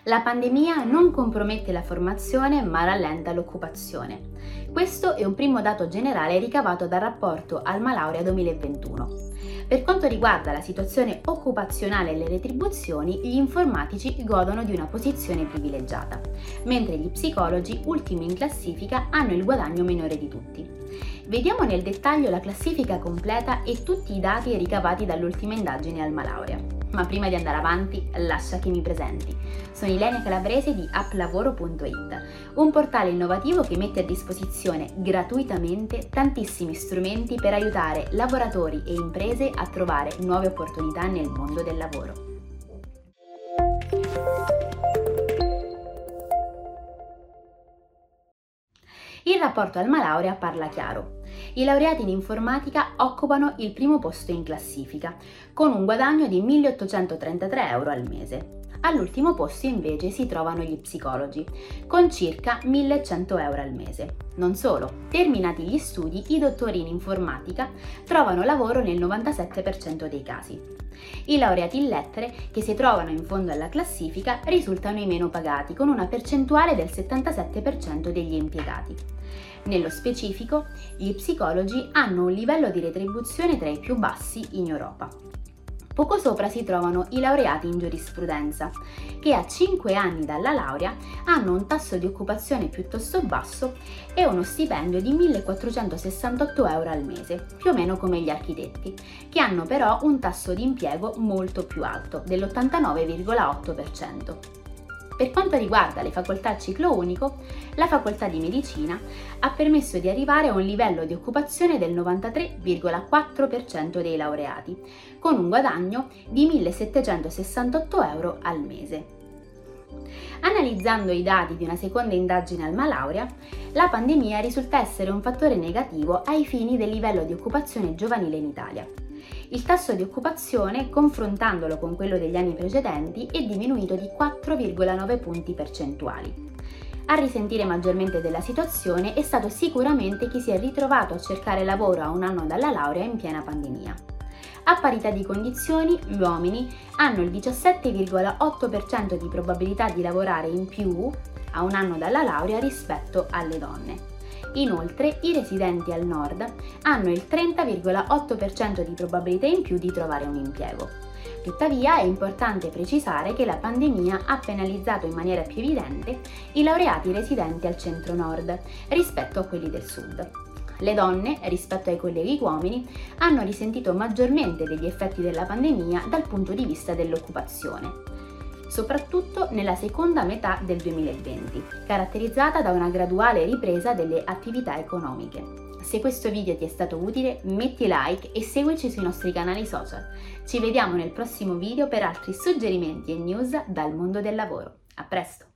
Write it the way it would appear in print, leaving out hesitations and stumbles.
La pandemia non compromette la formazione ma rallenta l'occupazione. Questo è un primo dato generale ricavato dal rapporto Alma Laurea 2021. Per quanto riguarda la situazione occupazionale e le retribuzioni, gli informatici godono di una posizione privilegiata, mentre gli psicologi, ultimi in classifica, hanno il guadagno minore di tutti. Vediamo nel dettaglio la classifica completa e tutti i dati ricavati dall'ultima indagine Alma Laurea. Ma prima di andare avanti, lascia che mi presenti. Sono Ilenia Calabrese di applavoro.it, un portale innovativo che mette a disposizione gratuitamente tantissimi strumenti per aiutare lavoratori e imprese a trovare nuove opportunità nel mondo del lavoro. Il rapporto Alma Laurea parla chiaro. I laureati in informatica occupano il primo posto in classifica, con un guadagno di 1.833 euro al mese. All'ultimo posto invece si trovano gli psicologi, con circa 1.100 euro al mese. Non solo, terminati gli studi, i dottori in informatica trovano lavoro nel 97% dei casi. I laureati in lettere, che si trovano in fondo alla classifica, risultano i meno pagati, con una percentuale del 77% degli impiegati. Nello specifico, gli psicologi hanno un livello di retribuzione tra i più bassi in Europa. Poco sopra si trovano i laureati in giurisprudenza, che a 5 anni dalla laurea hanno un tasso di occupazione piuttosto basso e uno stipendio di 1.468 euro al mese, più o meno come gli architetti, che hanno però un tasso di impiego molto più alto, dell'89,8%. Per quanto riguarda le facoltà a ciclo unico, la facoltà di medicina ha permesso di arrivare a un livello di occupazione del 93,4% dei laureati, con un guadagno di 1.768 euro al mese. Analizzando i dati di una seconda indagine Alma Laurea, la pandemia risulta essere un fattore negativo ai fini del livello di occupazione giovanile in Italia. Il tasso di occupazione, confrontandolo con quello degli anni precedenti, è diminuito di 4,9 punti percentuali. A risentire maggiormente della situazione è stato sicuramente chi si è ritrovato a cercare lavoro a un anno dalla laurea in piena pandemia. A parità di condizioni, gli uomini hanno il 17,8% di probabilità di lavorare in più a un anno dalla laurea rispetto alle donne. Inoltre, i residenti al nord hanno il 30,8% di probabilità in più di trovare un impiego. Tuttavia, è importante precisare che la pandemia ha penalizzato in maniera più evidente i laureati residenti al centro-nord rispetto a quelli del sud. Le donne, rispetto ai colleghi uomini, hanno risentito maggiormente degli effetti della pandemia dal punto di vista dell'occupazione, soprattutto nella seconda metà del 2020, caratterizzata da una graduale ripresa delle attività economiche. Se questo video ti è stato utile, metti like e seguici sui nostri canali social. Ci vediamo nel prossimo video per altri suggerimenti e news dal mondo del lavoro. A presto!